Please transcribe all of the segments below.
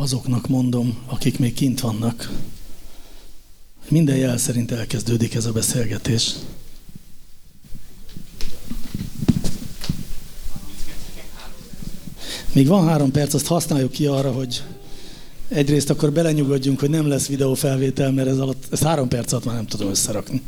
azoknak mondom, akik még kint vannak. Minden jel szerint elkezdődik ez a beszélgetés. Még van 3 perc, azt használjuk ki arra, hogy egyrészt akkor belenyugodjunk, hogy nem lesz videófelvétel, mert ez 3 perc alatt már nem tudom összerakni.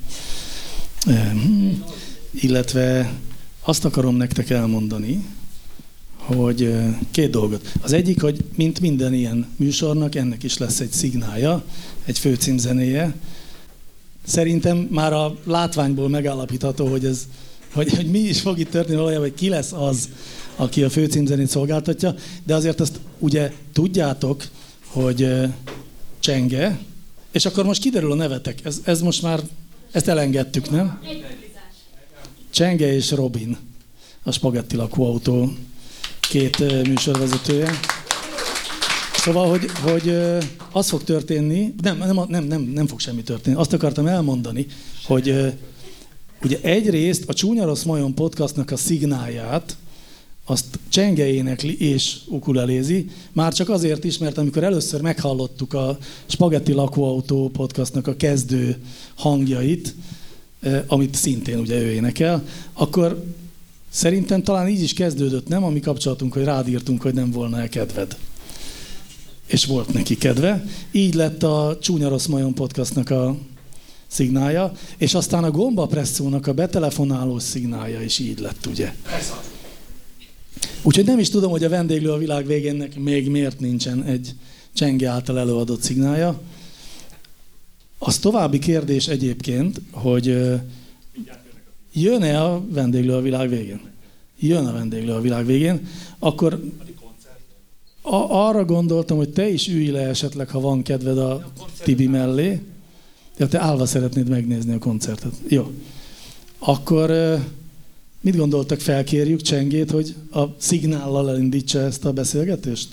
Illetve azt akarom nektek elmondani, hogy 2 dolgot. Az egyik, hogy mint minden ilyen műsornak, ennek is lesz egy szignálja, egy főcímzenéje. Szerintem már a látványból megállapítható, hogy mi is fog itt történni valójában, hogy ki lesz az, aki a főcímzenét szolgáltatja, de azért azt ugye tudjátok, hogy Csenge, és akkor most kiderül a nevetek. Ez most már, ezt elengedtük, nem? Csenge és Robin, a Spagetti lakóautó 2 műsorvezetője. Szóval, hogy az fog történni, nem fog semmi történni. Azt akartam elmondani, hogy ugye egyrészt a Csúnya Rossz Majom podcastnak a szignálját, azt Csenge énekli és ukulelézi, már csak azért is, mert amikor először meghallottuk a Spagetti lakóautó podcastnak a kezdő hangjait, amit szintén ugye ő énekel, akkor szerintem talán így is kezdődött, nem? A mi kapcsolatunk, hogy rád írtunk, hogy nem volna-e kedved. És volt neki kedve. Így lett a Csúnya Rossz Majom podcastnak a szignálja, és aztán a Gomba Presszónak a betelefonáló szignálja is így lett, ugye? Úgyhogy nem is tudom, hogy a Vendéglő a világ végénnek még miért nincsen egy Csenge által előadott szignálja. Az további kérdés egyébként, hogy jön-e a Vendéglő a világ végén? Jön a Vendéglő a világ végén, akkor arra gondoltam, hogy te is ülj le esetleg, ha van kedved a Tibi mellé. Ja, te állva szeretnéd megnézni a koncertet. Jó. Akkor mit gondoltak, felkérjük Csengét, hogy a szignállal elindítsa ezt a beszélgetést?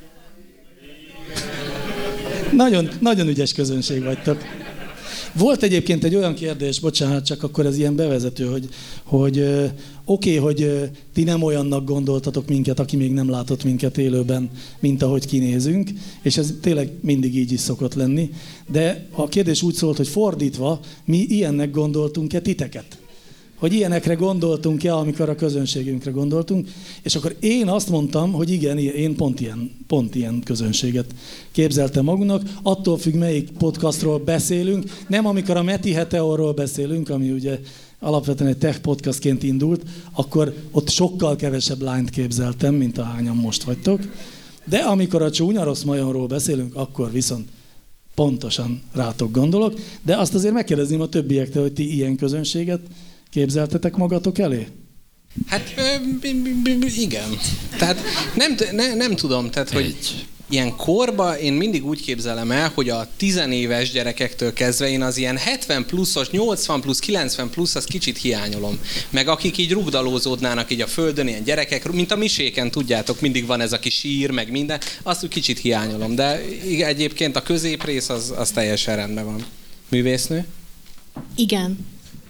Nagyon ügyes közönség vagytok. Volt egyébként egy olyan kérdés, bocsánat, csak akkor ez ilyen bevezető, hogy oké, hogy ti nem olyannak gondoltatok minket, aki még nem látott minket élőben, mint ahogy kinézünk, és ez tényleg mindig így is szokott lenni, de a kérdés úgy szólt, hogy fordítva, mi ilyennek gondoltunk-e titeket? Hogy ilyenekre gondoltunk-e, amikor a közönségünkre gondoltunk, és akkor én azt mondtam, hogy igen, én pont ilyen közönséget képzeltem magunknak, attól függ, melyik podcastról beszélünk, nem amikor a Meti Heteorról beszélünk, ami ugye alapvetően egy tech podcastként indult, akkor ott sokkal kevesebb lányt képzeltem, mint ahányan most vagytok, de amikor a Csúnya Rossz Majomról beszélünk, akkor viszont pontosan rátok gondolok, de azt azért megkérdezném a többiektől, hogy ti ilyen közönséget képzeltetek magatok elé? Hát igen. Tehát nem tudom, tehát hogy ilyen korba én mindig úgy képzelem el, hogy a 10 éves gyerekektől kezdve én az ilyen 70 pluszos, 80 plusz, 90 plusz, az kicsit hiányolom. Meg akik így rugdalózódnának így a földön, ilyen gyerekek, mint a miséken, tudjátok, mindig van ez, aki sír, meg minden, azt úgy kicsit hiányolom. De egyébként a középrész az teljesen rendben van. Művésznő? Igen.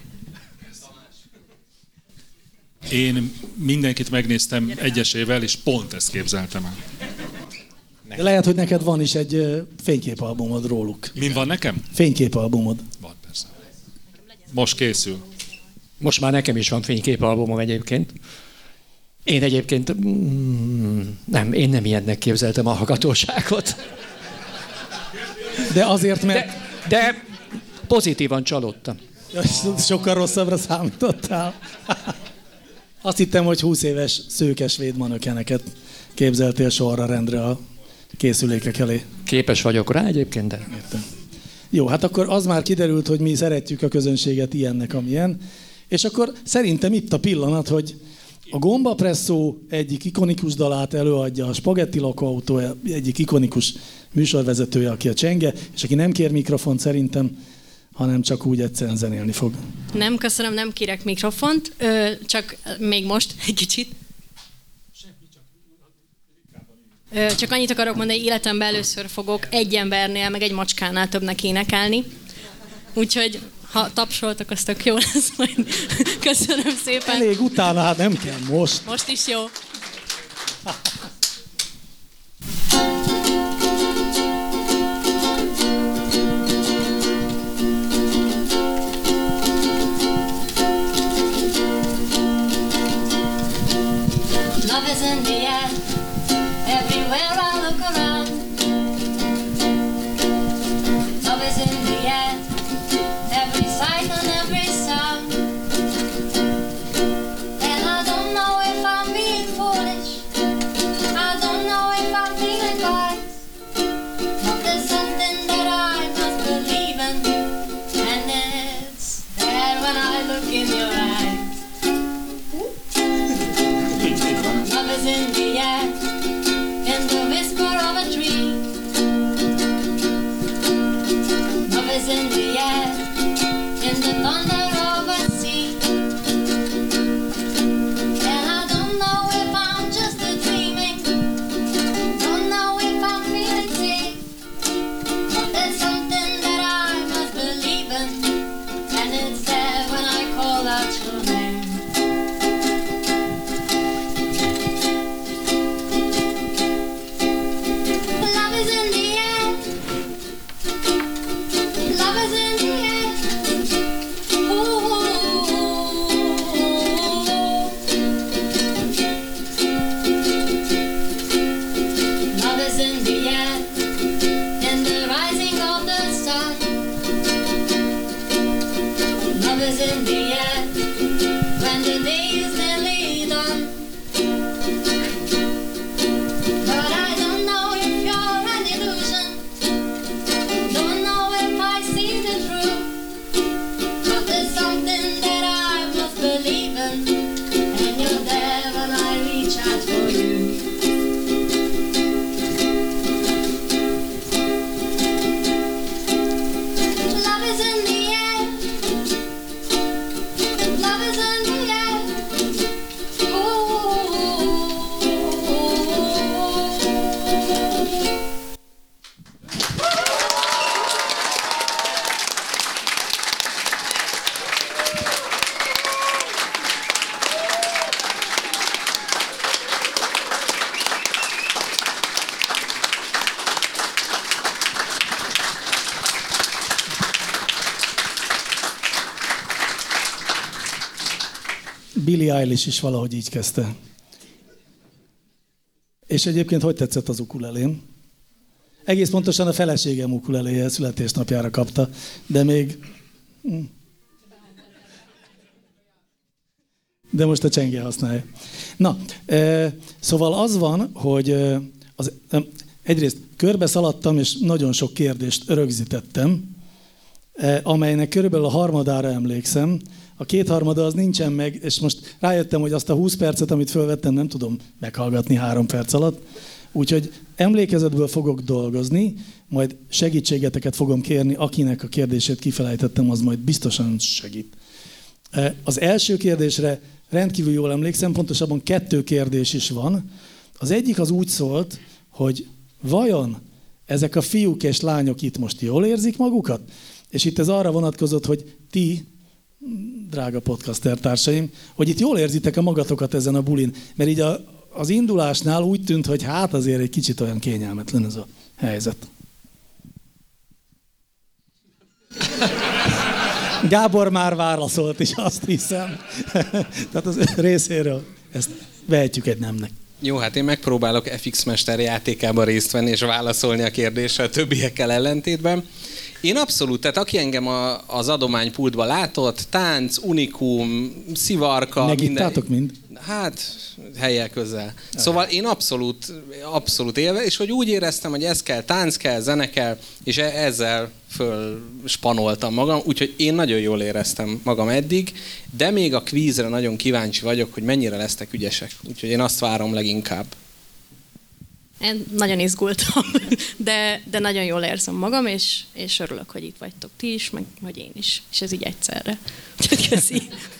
Én mindenkit megnéztem egyesével, és pont ezt képzeltem el. De lehet, hogy neked van is egy fényképalbumod róluk. Min van nekem? Fényképalbumod. Van, persze. Most készül. Most már nekem is van fényképalbumom egyébként. Én egyébként én nem ilyennek képzeltem a hallgatóságot. De azért, mert... De pozitívan csalódtam. Sokkal rosszabbra számítottál. Azt hittem, hogy 20 éves szőkes védmanökeneket képzeltél sorra rendre a készülékek elé. Képes vagyok rá egyébként, de... Értem. Jó, hát akkor az már kiderült, hogy mi szeretjük a közönséget ilyennek, amilyen. És akkor szerintem itt a pillanat, hogy a Gomba Presszó egyik ikonikus dalát előadja, a Spagetti lakóautó egyik ikonikus műsorvezetője, aki a Csenge, és aki nem kér mikrofont szerintem, hanem csak úgy egyszerűen zenélni fog. Nem, köszönöm, nem kérek mikrofont, csak még most egy kicsit. Csak annyit akarok mondani, hogy életemben először fogok egy embernél, meg egy macskánál többnek énekelni. Úgyhogy ha tapsoltak, az tök jó lesz majd. Köszönöm szépen. Elég utána, hát nem kell most. Most is jó. is in the air, in the whisper of a tree. Love is in the air, in the thunder of a sea. And I don't know if I'm just dreaming, don't know if I'm feeling safe, but there's something that I must believe in, and it's there when I call out your name. Love is in the air, love is in the air. Ooh. Love is in the air, in the rising of the sun. Love is in the air, when the day is nearly done. But I don't know if you're an illusion, don't know if I see the truth, but there's something that I must believe in, and you're there when I reach out for you. Love is in the air, love is in the air. Ooh. Billie Eilish is valahogy így kezdte. És egyébként hogy tetszett az ukulelém? Egész pontosan a feleségem ukuleléje születésnapjára kapta, de még... De most a csenge használja. Na, szóval az van, hogy egyrészt körbe szaladtam, és nagyon sok kérdést rögzítettem, amelynek körülbelül a harmadára emlékszem. A kétharmada az nincsen meg, és most rájöttem, hogy azt a 20 percet, amit fölvettem, nem tudom meghallgatni 3 perc alatt. Úgyhogy emlékezetből fogok dolgozni, majd segítségeteket fogom kérni, akinek a kérdését kifelejtettem, az majd biztosan segít. Az első kérdésre rendkívül jól emlékszem, pontosabban 2 kérdés is van. Az egyik az úgy szólt, hogy vajon ezek a fiúk és lányok itt most jól érzik magukat? És itt ez arra vonatkozott, hogy ti, drága podcaster társaim, hogy itt jól érzitek a magatokat ezen a bulin. Mert így az indulásnál úgy tűnt, hogy hát azért egy kicsit olyan kényelmetlen ez a helyzet. Gábor már válaszolt is, azt hiszem. Tehát az részéről ezt vehetjük egy nemnek. Jó, hát én megpróbálok FX Mester játékában részt venni és válaszolni a kérdésre a többiekkel ellentétben. Én abszolút, tehát aki engem az adománypultba látott, tánc, unikum, szivarka, megittátok mind? Hát, helyel közel. Szóval én abszolút élve, és hogy úgy éreztem, hogy ez kell, tánc kell, zene kell, és ezzel fölspanoltam magam, úgyhogy én nagyon jól éreztem magam eddig, de még a kvízre nagyon kíváncsi vagyok, hogy mennyire lesztek ügyesek. Úgyhogy én azt várom leginkább. Én nagyon izgultam, de nagyon jól érzem magam, és örülök, hogy itt vagytok ti is, meg hogy én is. És ez így egyszerre. Úgyhogy köszi.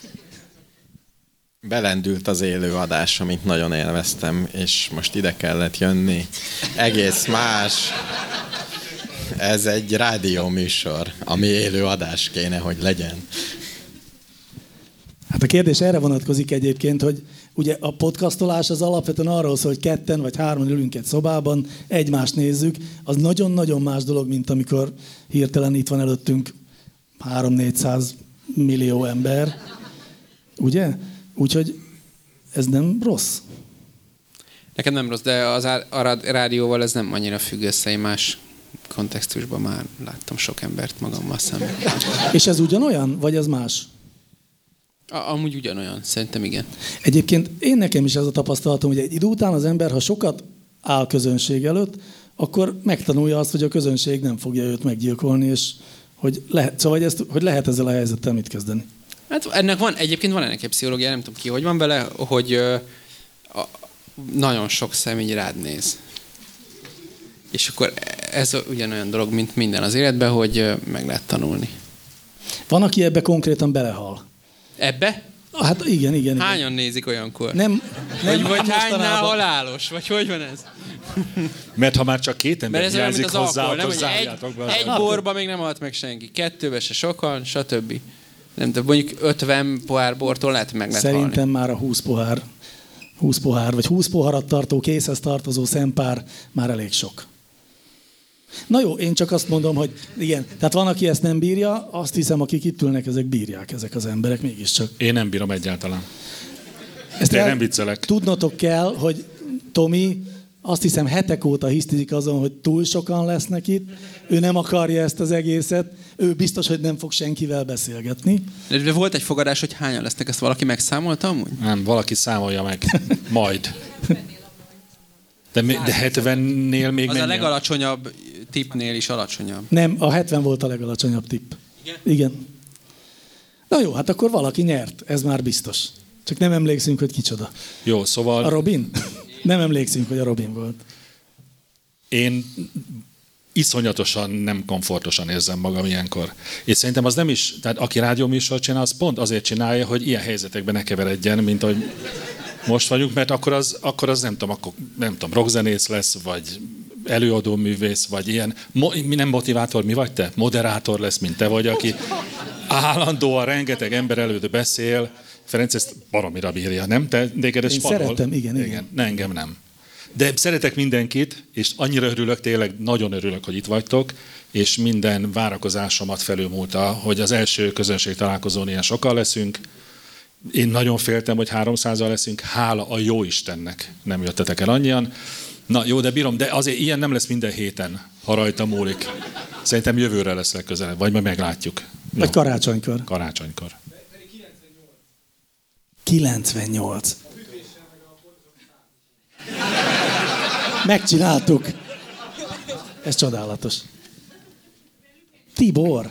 Belendült az élő adás, amit nagyon élveztem, és most ide kellett jönni. Egész más. Ez egy rádióműsor, ami élő adás kéne, hogy legyen. Hát a kérdés erre vonatkozik egyébként, hogy ugye a podcastolás az alapvetően arról szól, hogy 2 vagy 3 ülünk egy szobában, egymást nézzük. Az nagyon-nagyon más dolog, mint amikor hirtelen itt van előttünk 300-400 millió ember. Ugye? Úgyhogy ez nem rossz. Nekem nem rossz, de a rádióval ez nem annyira függ össze, én más kontextusban már láttam sok embert magammal szemben. És ez ugyanolyan, vagy ez más? Amúgy ugyanolyan, szerintem igen. Egyébként nekem is ez a tapasztalatom, hogy egy idő után az ember, ha sokat áll közönség előtt, akkor megtanulja azt, hogy a közönség nem fogja őt meggyilkolni, és hogy lehet ezzel a helyzettel mit kezdeni. Hát egyébként van ennek egy pszichológia, nem tudom ki, hogy van vele, hogy nagyon sok személy rád néz. És akkor ez ugyanolyan dolog, mint minden az életben, hogy meg lehet tanulni. Van, aki ebbe konkrétan belehal. Ebbe? Hát igen. Hányan nézik olyankor? Nem vagy hánynál mostanában. halálos? Vagy hogy van ez? Mert ha már csak két ember Mert ez olyan, mint hiányzik az hozzá, alkohol, nem, akkor hogy zárjátok be. egy borba még nem halt meg senki, 2-be se sokan, stb. Nem, de mondjuk 50 pohár bortól lehet, hogy meg lehet Szerintem halni. már a 20 pohár, vagy 20 poharat tartó, készhez tartozó szempár már elég sok. Na jó, én csak azt mondom, hogy igen, tehát van, aki ezt nem bírja, azt hiszem, akik itt ülnek, ezek bírják, ezek az emberek mégiscsak. Én nem bírom egyáltalán. Ezt De nem viccelek. Tudnotok kell, hogy Tomi azt hiszem hetek óta hisztizik azon, hogy túl sokan lesznek itt. Ő nem akarja ezt az egészet. Ő biztos, hogy nem fog senkivel beszélgetni. De volt egy fogadás, hogy hányan lesznek, ezt valaki megszámolta amúgy? Nem, valaki számolja meg. Majd. De 70-nél még Az menjen. a legalacsonyabb tippnél is alacsonyabb. Nem, a 70 volt a legalacsonyabb tipp. Igen. Na jó, hát akkor valaki nyert. Ez már biztos. Csak nem emlékszünk, hogy kicsoda. Jó, szóval... A Robin? Nem emlékszünk, hogy a Robin volt. Én iszonyatosan nem komfortosan érzem magam ilyenkor. És szerintem az nem is, tehát aki rádióműsort csinál, az pont azért csinálja, hogy ilyen helyzetekben ne keveredjen, mint hogy most vagyunk, mert akkor az nem tudom, rockzenész lesz, vagy előadó művész, vagy ilyen, nem motivátor, mi vagy te? Moderátor lesz, mint te vagy, aki állandóan rengeteg ember előtt beszél. Ferenc ezt baromira bírja, nem? Téged ez Én spanol? szeretem, igen. Ne, engem nem. De szeretek mindenkit, és annyira örülök, tényleg nagyon örülök, hogy itt vagytok, és minden várakozásomat felülmúlta, hogy az első közönség találkozón ilyen sokan leszünk. Én nagyon féltem, hogy 300-al leszünk, hála a jó Istennek nem jöttetek el annyian. Na jó, de bírom, de azért ilyen nem lesz minden héten, ha rajta múlik. Szerintem jövőre lesz legközelebb, vagy majd meglátjuk. Vagy karácsonykor. Karácsonykor. 98. Megcsináltuk. Ez csodálatos. Tibor.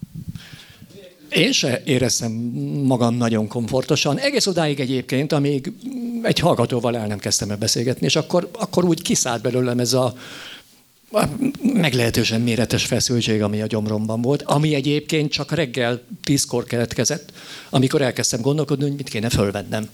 Én se éreztem magam nagyon komfortosan. Egész odáig egyébként, amíg egy hallgatóval el nem kezdtem el beszélgetni, és akkor úgy kiszállt belőlem ez a meglehetősen méretes feszültség, ami a gyomromban volt, ami egyébként csak reggel 10-kor keletkezett, amikor elkezdtem gondolkodni, hogy mit kéne fölvennem.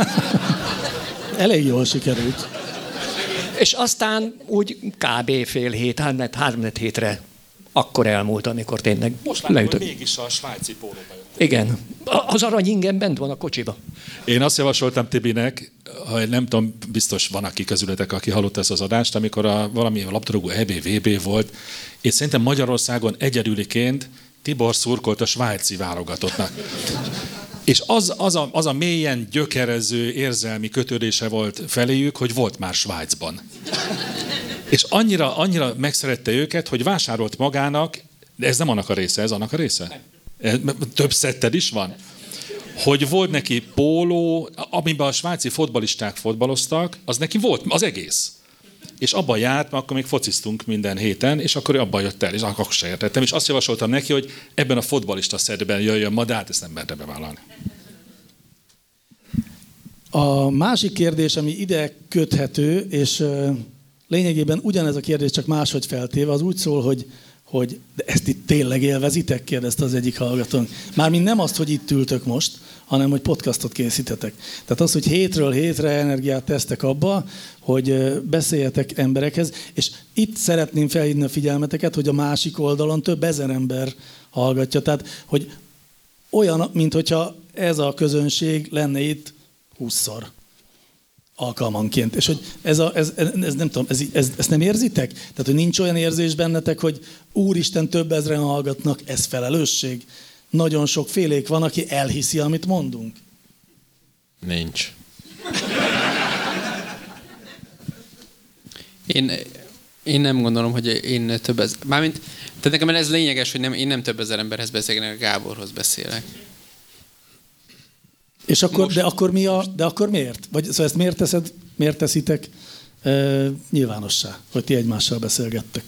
Elég jól sikerült. És aztán úgy kb. Fél hét, három hétre akkor elmúlt, amikor tényleg Most látom, leütök. hogy mégis a svájci pólóba jött. Igen. Az arany ingem bent van a kocsiba. Én azt javasoltam Tibinek, hogy nem tudom, biztos van aki közületek, aki hallott ezt az adást, amikor valami labdarúgó EB-VB volt, és szerintem Magyarországon egyedüliként Tibor szurkolt a svájci válogatottnak. És az a mélyen gyökerező érzelmi kötődése volt feléjük, hogy volt már Svájcban. És annyira megszerette őket, hogy vásárolt magának, de ez nem annak a része, ez annak a része? Több szetted is van? Hogy volt neki póló, amiben a svájci fotbalisták fotbaloztak, az neki volt, az egész. És abban járt, mert akkor még fociztunk minden héten, és akkor ő abban jött el, és akkor se értettem. És azt javasoltam neki, hogy ebben a fotbalista szedben jöjjön ma, de hát ezt nem merte bevállalni. A másik kérdés, ami ide köthető, és lényegében ugyanez a kérdés, csak máshogy feltéve, az úgy szól, hogy de ezt itt tényleg élvezitek? Kérdezte az egyik hallgatón. Mármint nem azt, hogy itt ültök most, hanem hogy podcastot készítetek. Tehát az, hogy hétről hétre energiát tesztek abba, hogy beszéljetek emberekhez, és itt szeretném felhívni a figyelmeteket, hogy a másik oldalon több ezer ember hallgatja. Tehát, hogy olyan, mintha ez a közönség lenne itt 20-szor alkalmanként. És hogy ez nem tudom, ezt nem érzitek? Tehát, hogy nincs olyan érzés bennetek, hogy úristen, több ezren hallgatnak, ez felelősség? Nagyon sok félék van, aki elhiszi, amit mondunk. Nincs. Én nem gondolom, hogy én több ezer... Mármint, tehát nekem ez lényeges, hogy én nem több ezer emberhez beszélek, Gáborhoz beszélek. És akkor, de akkor miért? Vagy szóval ezt miért teszitek nyilvánossá, hogy ti egymással beszélgettek?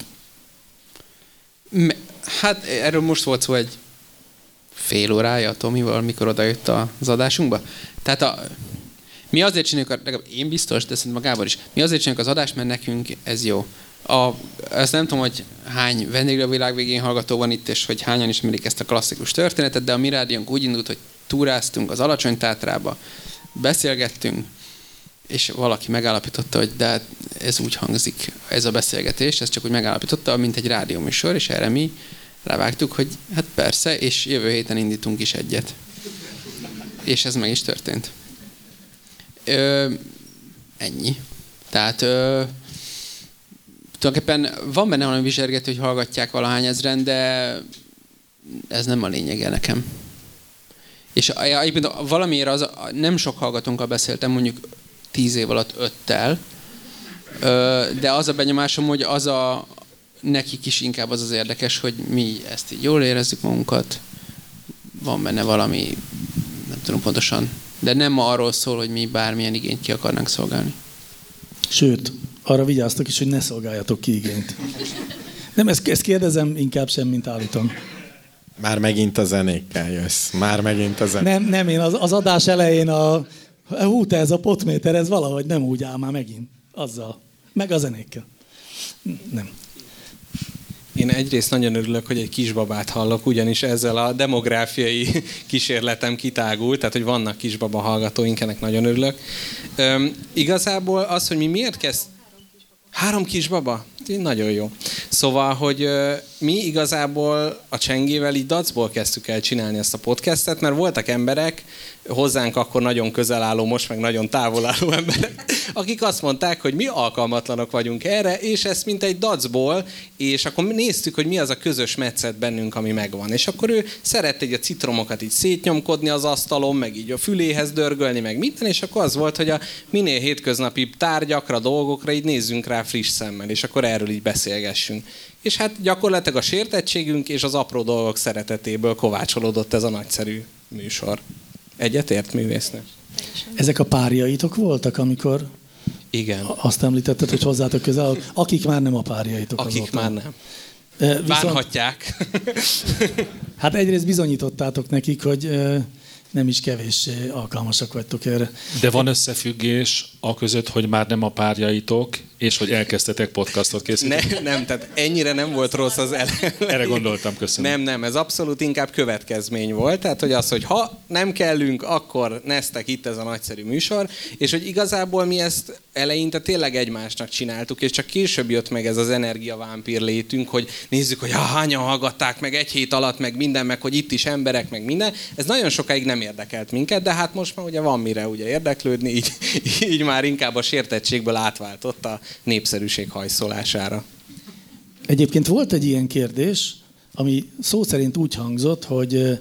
Hát erről most volt szó egy fél órája Tomival, mikor odajött az adásunkba. Tehát Mi azért csináljuk, legalább én biztos, de szerintem a Gábor is. Mi azért csináljuk az adást, mert nekünk ez jó. Ezt nem tudom, hogy hány vendégre a világ végén hallgató van itt, és hogy hányan ismerik ezt a klasszikus történetet, de a mi rádiónk úgy indult, hogy túráztunk az Alacsony-Tátrába, beszélgettünk, és valaki megállapította, hogy de hát ez úgy hangzik, ez a beszélgetés, ez csak úgy megállapította, mint egy rádióműsor, és erre mi rávágtuk, hogy hát persze, és jövő héten indítunk is egyet. És ez meg is történt. Ennyi. Tehát tulajdonképpen van benne valami vizsergető, hogy hallgatják valahány ezren, de ez nem a lényege nekem. És egyébként valamiért nem sok hallgatónkkal beszéltem, mondjuk 10 év alatt 5-tel, de az a benyomásom, hogy nekik is inkább az érdekes, hogy mi ezt így jól érezzük magunkat, van benne valami, nem tudom pontosan, de nem arról szól, hogy mi bármilyen igényt ki akarnánk szolgálni. Sőt, arra vigyáztok is, hogy ne szolgáljatok ki igényt. Nem, ezt kérdezem inkább sem, mint állítom. Már megint a zenékkel jössz. Már megint a zenékkel. Nem, én az adás elején te ez a potméter, ez valahogy nem úgy áll már megint. Azzal. Meg a zenékkel. Nem. Én egyrészt nagyon örülök, hogy egy kisbabát hallok, ugyanis ezzel a demográfiai kísérletem kitágult, tehát hogy vannak kisbaba hallgatóink, ennek nagyon örülök. Igazából az, hogy mi miért kezd... 3 kisbaba? Nagyon jó. Szóval, hogy mi igazából a Csengével így dacból kezdtük el csinálni ezt a podcastet, mert voltak emberek, hozzánk akkor nagyon közel álló, most meg nagyon távol álló emberek, akik azt mondták, hogy mi alkalmatlanok vagyunk erre, és ezt mint egy dacból, és akkor néztük, hogy mi az a közös metszet bennünk, ami megvan. És akkor ő szerette így a citromokat így szétnyomkodni az asztalon, meg így a füléhez dörgölni, meg minden, és akkor az volt, hogy a minél hétköznapibb tárgyakra, dolgokra így nézzünk rá friss szemmel, és akkor erről így beszélgessünk. És hát gyakorlatilag a sértettségünk és az apró dolgok szeretetéből kovácsolódott ez a nagyszerű műsor. Egyetért, művésznő? Ezek a párjaitok voltak, amikor igen. Azt említetted, hogy hozzátok közel, akik már nem a párjaitok. Akik azóta. már nem. Viszont, bánhatják. Hát egyrészt bizonyítottátok nekik, hogy nem is kevéssé alkalmasak vagytok erre. De van összefüggés a között, hogy már nem a párjaitok, és hogy elkezdtetek podcastot készíteni? Nem, tehát ennyire nem volt rossz az elején. Erre gondoltam, köszönöm. Nem, ez abszolút inkább következmény volt. Tehát, hogy az, hogy ha nem kellünk, akkor neztek itt ez a nagyszerű műsor, és hogy igazából mi ezt eleinte tényleg egymásnak csináltuk, és csak később jött meg ez az energiavámpír létünk, hogy nézzük, hogy hányan hallgatták meg egy hét alatt, meg minden, meg hogy itt is emberek, meg minden. Ez nagyon sokáig nem érdekelt minket, de hát most már ugye van mire ugye érdeklődni, így már inkább a sértettségből átváltott a népszerűség hajszolására. Egyébként volt egy ilyen kérdés, ami szó szerint úgy hangzott, hogy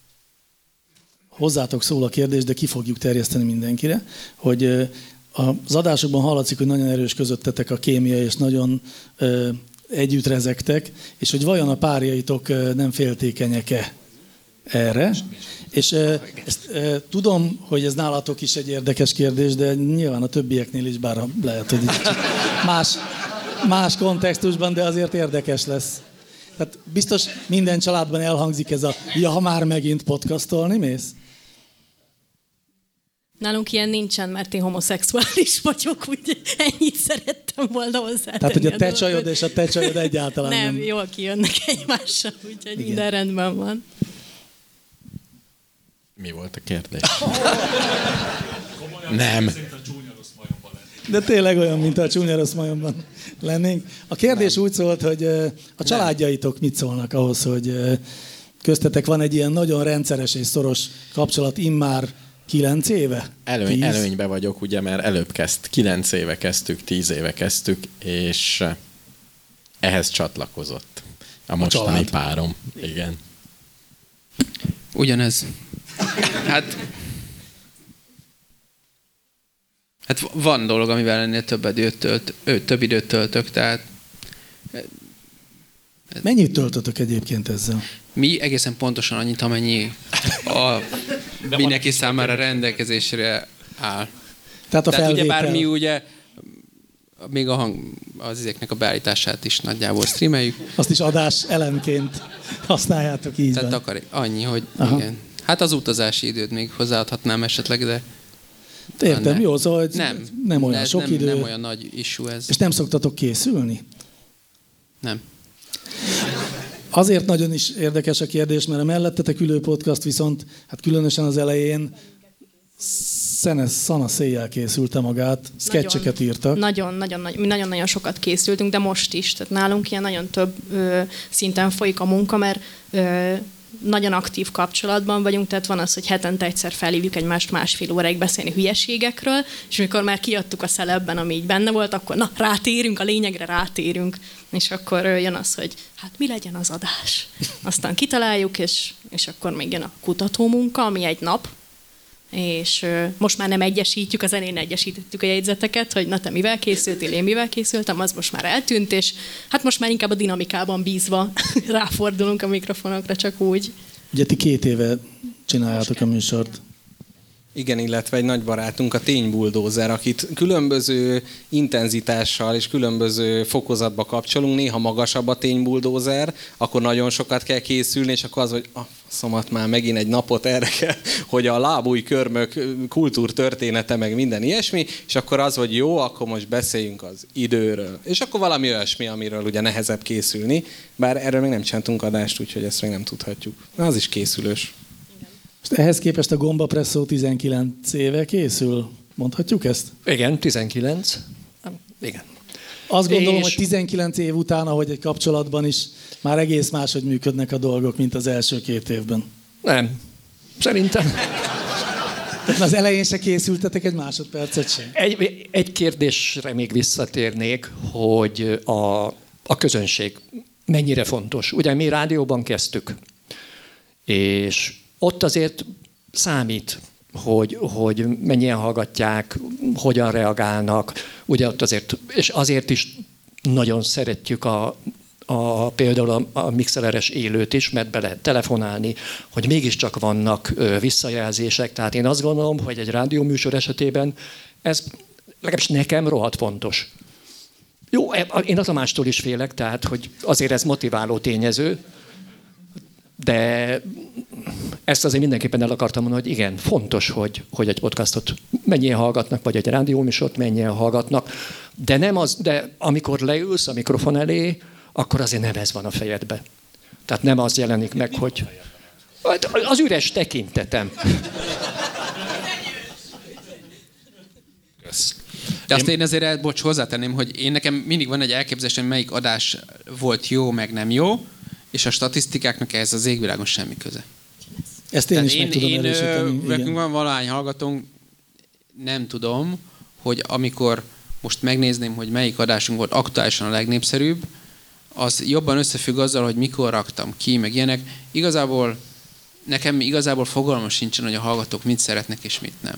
hozzátok szól a kérdés, de ki fogjuk terjeszteni mindenkire, hogy az adásokban hallatszik, hogy nagyon erős közöttetek a kémia, és nagyon együtt rezegtek, és hogy vajon a párjaitok nem féltékenyek-e erre. És ezt, tudom, hogy ez nálatok is egy érdekes kérdés, de nyilván a többieknél is, bár lehet, hogy más kontextusban, de azért érdekes lesz. Tehát biztos minden családban elhangzik ez a ha már megint podcastolni mész? Nálunk ilyen nincsen, mert én homoszexuális vagyok, úgy ennyit szerettem volna hozzátenni. Tehát, hogy a te csajod és a te csajod egyáltalán nem. Nem, jól kijönnek egymással, úgyhogy igen. Minden rendben van. Mi volt a kérdés? Nem. De tényleg olyan, mint a csúnya rossz majomban lennénk. A kérdés úgy szólt, hogy a családjaitok mit szólnak ahhoz, hogy köztetek van egy ilyen nagyon rendszeres és szoros kapcsolat immár 9 éve? Előnybe vagyok, ugye, mert előbb 9 éve kezdtük, 10 éve kezdtük, és ehhez csatlakozott a mostani párom. Igen. Ugyanez. Hát van dolog, amivel ennél több időt töltök, tehát... Mennyit töltötök egyébként ezzel? Mi egészen pontosan annyit, amennyi mindenki számára rendelkezésre áll. Tehát ugye bár mi ugye még az izéknek a beállítását is nagyjából streameljük. Azt is adás elemként használjátok így. Tehát annyi, hogy aha. Igen. Hát az utazási időt még hozzáadhatnám esetleg, de... Értem, jó, szóval hogy nem olyan ez sok idő. Nem olyan nagy issue ez. És nem szoktatok készülni? Nem. Azért nagyon is érdekes a kérdés, mert a mellettetek ülő podcast viszont, hát különösen az elején szana széjjel készülte magát, szketcheket írtak. Nagyon-nagyon sokat készültünk, de most is. Tehát nálunk ilyen nagyon több szinten folyik a munka, mert nagyon aktív kapcsolatban vagyunk, tehát van az, hogy hetente egyszer felhívjuk egymást másfél óráig beszélni hülyeségekről, és amikor már kiadtuk a szelebben, ami így benne volt, akkor na, rátérünk, a lényegre rátérünk, és akkor jön az, hogy hát mi legyen az adás. Aztán kitaláljuk, és akkor még jön a kutatómunka, ami egy nap, és most már nem egyesítjük, az elején egyesítettük a jegyzeteket, hogy na te mivel készültél, én mivel készültem, az most már eltűnt, és hát most már inkább a dinamikában bízva ráfordulunk a mikrofonokra, csak úgy. Ugye ti 2 éve csináljátok a műsort. Igen, illetve egy nagy barátunk, a ténybuldózer, akit különböző intenzitással és különböző fokozatba kapcsolunk, néha magasabb a ténybuldózer, akkor nagyon sokat kell készülni, és akkor az, hogy szomat már megint egy napot erre kell, hogy a lábúj körmök kultúrtörténete, meg minden ilyesmi, és akkor az, hogy jó, akkor most beszéljünk az időről. És akkor valami olyasmi, amiről ugye nehezebb készülni, bár erről még nem csináltunk adást, úgyhogy ezt még nem tudhatjuk. Az is készülős. Ehhez képest a Gombapresszó 19 éve készül. Mondhatjuk ezt? Igen, 19. Igen. Azt gondolom, hogy 19 év után, ahogy egy kapcsolatban is, már egész máshogy működnek a dolgok, mint az első 2 évben. Nem. Szerintem. Az elején se készültetek egy másodpercet sem. Egy kérdésre még visszatérnék, hogy a közönség mennyire fontos. Ugye mi rádióban kezdtük, és ott azért számít, hogy mennyien hallgatják, hogyan reagálnak. Ugye ott azért, és azért is nagyon szeretjük például a mixeleres élőt is, mert be lehet telefonálni, hogy mégiscsak vannak visszajelzések. Tehát én azt gondolom, hogy egy rádióműsor esetében ez legalábbis nekem rohadt fontos. Jó, én az a mástól is félek, tehát hogy azért ez motiváló tényező, de ezt azért mindenképpen el akartam mondani, hogy igen, fontos, hogy egy podcastot mennyien hallgatnak, vagy egy rádióműsort mennyien hallgatnak, de amikor leülsz a mikrofon elé, akkor azért nem ez van a fejedbe. Tehát nem az jelenik meg, hogy az üres tekintetem. De azt én azért, hozzátenném, hogy nekem mindig van egy elképzelésem, melyik adás volt jó, meg nem jó, és a statisztikáknak ez az égvilágon semmi köze. Ezt én is meg tudom erősíteni. Nekünk van valahány hallgatónk, nem tudom, hogy amikor most megnézném, hogy melyik adásunk volt aktuálisan a legnépszerűbb, az jobban összefügg azzal, hogy mikor raktam ki, meg ilyenek. Nekem igazából fogalmam sincsen, hogy a hallgatók mit szeretnek és mit nem.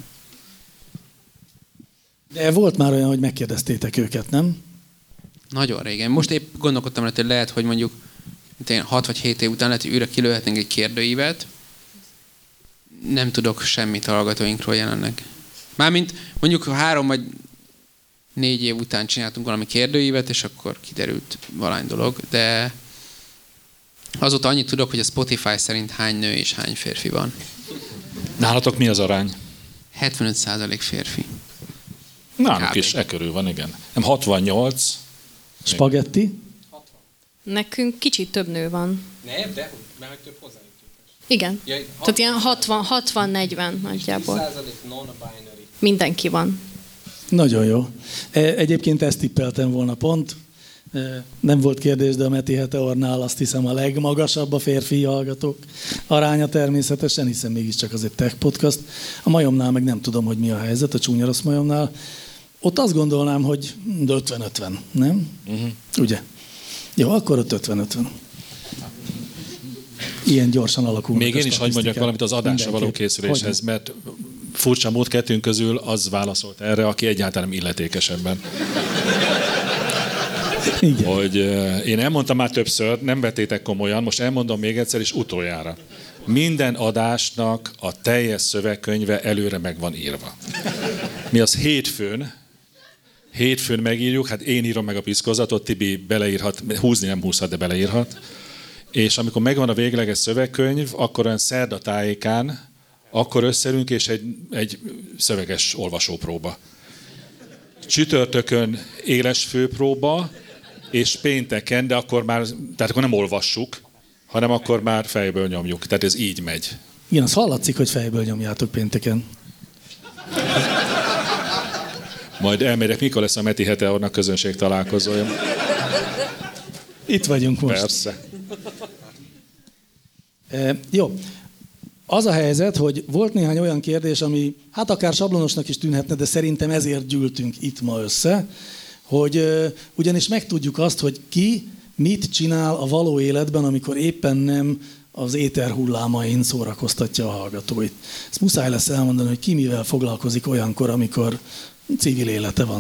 De volt már olyan, hogy megkérdeztétek őket, nem? Nagyon régen. Most épp gondolkodtam, hogy lehet, hogy mondjuk 6 vagy 7 év után lehet, hogy újra kilőhetnénk egy kérdőívet. Nem tudok semmit a hallgatóinkról jelenleg. Mármint mondjuk 3 vagy 4 év után csináltunk valami kérdőívet, és akkor kiderült valány dolog, de azóta annyit tudok, hogy a Spotify szerint hány nő és hány férfi van. Nálatok mi az arány? 75% férfi. Nálunk is körül van, igen. Nem 68. Spagetti? Nekünk kicsit több nő van. Nem, de mert több hozzájuk. Igen. Ja, tehát ilyen 60-40 nagyjából. 10% non-binary. Mindenki van. Nagyon jó. Egyébként ezt tippeltem volna pont. Nem volt kérdés, de a Meti Heteornál azt hiszem a legmagasabb a férfi hallgatók aránya természetesen, hiszen mégiscsak az egy tech podcast. A Majomnál meg nem tudom, hogy mi a helyzet, a Csúnya Rossz Majomnál. Ott azt gondolnám, hogy 50-50, nem? Uh-huh. Ugye? Jó, akkor ott 50-50. Ilyen gyorsan alakulnak. Még én is hagy mondjak valamit az adásra való készüléshez, mert furcsa mód kettőnk közül az válaszolt erre, aki egyáltalán illetékesebben. Igen. Hogy én elmondtam már többször, nem vettétek komolyan, most elmondom még egyszer és utoljára. Minden adásnak a teljes szövegkönyve előre meg van írva. Mi az hétfőn megírjuk, hát én írom meg a piszkozatot, Tibi beleírhat, húzni nem húzhat, de beleírhat. És amikor megvan a végleges szövegkönyv, akkor olyan szerda tájékán akkor összeülünk, és egy szöveges olvasópróba. Csütörtökön éles főpróba, és pénteken, de akkor nem olvassuk, hanem akkor már fejből nyomjuk. Tehát ez így megy. Igen, az hallatszik, hogy fejből nyomjátok pénteken. Majd elmegyek, mikor lesz a Meti Heteornak közönség találkozója. Itt vagyunk most. Persze. Jó. Az a helyzet, hogy volt néhány olyan kérdés, ami hát akár sablonosnak is tűnhetne, de szerintem ezért gyűltünk itt ma össze, hogy ugyanis megtudjuk azt, hogy ki mit csinál a való életben, amikor éppen nem az éter hullámain szórakoztatja a hallgatóit. Ezt muszáj lesz elmondani, hogy ki mivel foglalkozik olyankor, amikor civil élete van.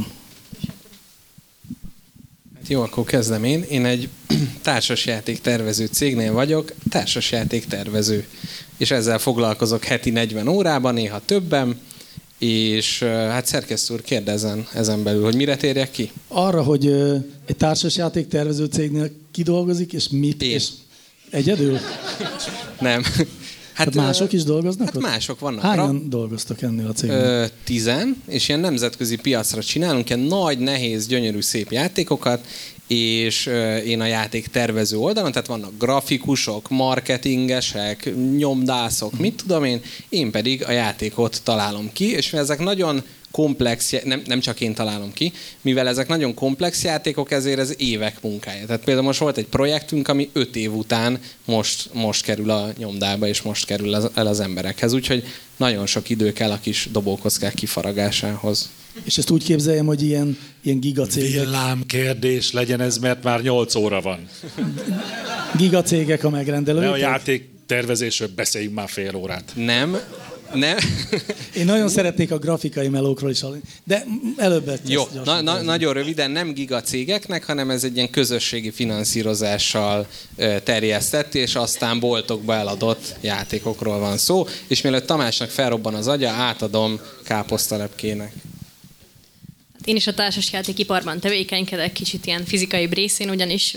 Jó, akkor kezdem én. Én egy társasjátéktervező cégnél vagyok, társasjátéktervező. És ezzel foglalkozok heti 40 órában, néha többen, és hát szerkesztő úr, kérdezzen ezen belül, hogy mire térjek ki? Arra, hogy egy társasjátéktervező cégnél ki dolgozik, és mit? Én. És egyedül? Nem. Hát mások is dolgoznak Hát ott? Mások vannak. Hányan dolgoztak ennél a cégnél? 10, és ilyen nemzetközi piacra csinálunk ilyen nagy, nehéz, gyönyörű, szép játékokat, és én a játék tervező oldalon, tehát vannak grafikusok, marketingesek, nyomdászok, mit tudom én pedig a játékot találom ki, és ezek nagyon komplex, nem csak én találom ki, mivel ezek nagyon komplex játékok, ezért ez évek munkája. Tehát például most volt egy projektünk, ami 5 év után most kerül a nyomdába, és most kerül el az emberekhez. Úgyhogy nagyon sok idő kell a kis dobókockák kifaragásához. És ezt úgy képzeljem, hogy ilyen gigacégek. Villámkérdés legyen ez, mert már 8 óra van. Gigacégek a megrendelők. Ne a játék tervezésről beszéljünk már fél órát. Nem. Én nagyon szeretnék a grafikai melókról is hallani, de előbb ezt jó, nagyon röviden, nem gigacégeknek, hanem ez egy ilyen közösségi finanszírozással terjesztett, és aztán boltokba eladott játékokról van szó, és mielőtt Tamásnak felrobban az agya, átadom Káposztalepkének. Én is a társasjátékiparban tevékenykedek, kicsit ilyen fizikai részén, ugyanis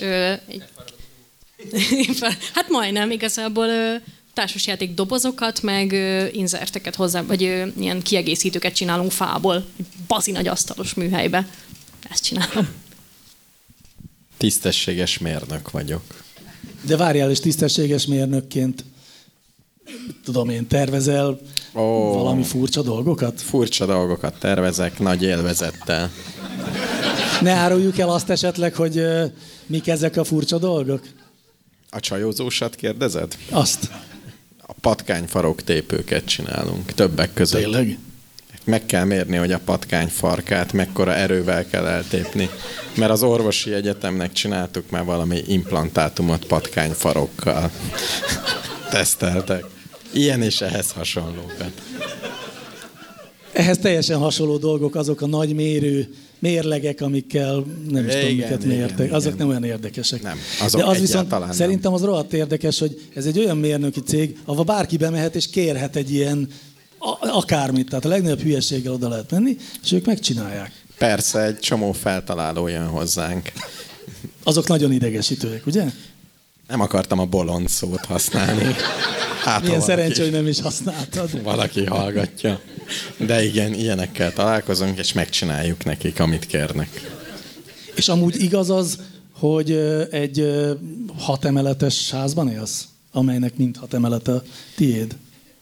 hát majdnem igazából társasjáték dobozokat, meg inzerteket hozzá, vagy ilyen kiegészítőket csinálunk fából, bazi nagy asztalos műhelybe. Ezt csinálom. Tisztességes mérnök vagyok. De várjál, és tisztességes mérnökként, tudom én, tervezel valami furcsa dolgokat? Furcsa dolgokat tervezek, nagy élvezettel. Ne áruljuk el azt esetleg, hogy mik ezek a furcsa dolgok? A csajózósat kérdezed? Azt. A patkányfarok tépőket csinálunk, többek között. Tényleg? Meg kell mérni, hogy a patkány farkát mekkora erővel kell eltépni. Mert az orvosi egyetemnek csináltuk már valami implantátumot patkányfarokkal. Teszteltek. Ilyen és ehhez hasonlókat. Ehhez teljesen hasonló dolgok azok a nagy mérlegek, amikkel nem is tudom, miket mértek. Azok nem olyan érdekesek. Nem, azok de az viszont nem. Szerintem az rohadt érdekes, hogy ez egy olyan mérnöki cég, ahol bárki bemehet és kérhet egy ilyen akármit. Tehát a legnagyobb hülyeséggel oda lehet menni, és ők megcsinálják. Persze, egy csomó feltaláló jön hozzánk. Azok nagyon idegesítőek, ugye? Nem akartam a bolond szót használni. Hát, milyen szerencsé, hogy nem is használtad. Valaki hallgatja. De igen, ilyenekkel találkozunk, és megcsináljuk nekik, amit kérnek. És amúgy igaz az, hogy egy 6 emeletes házban élsz, amelynek mind 6 emelete tiéd?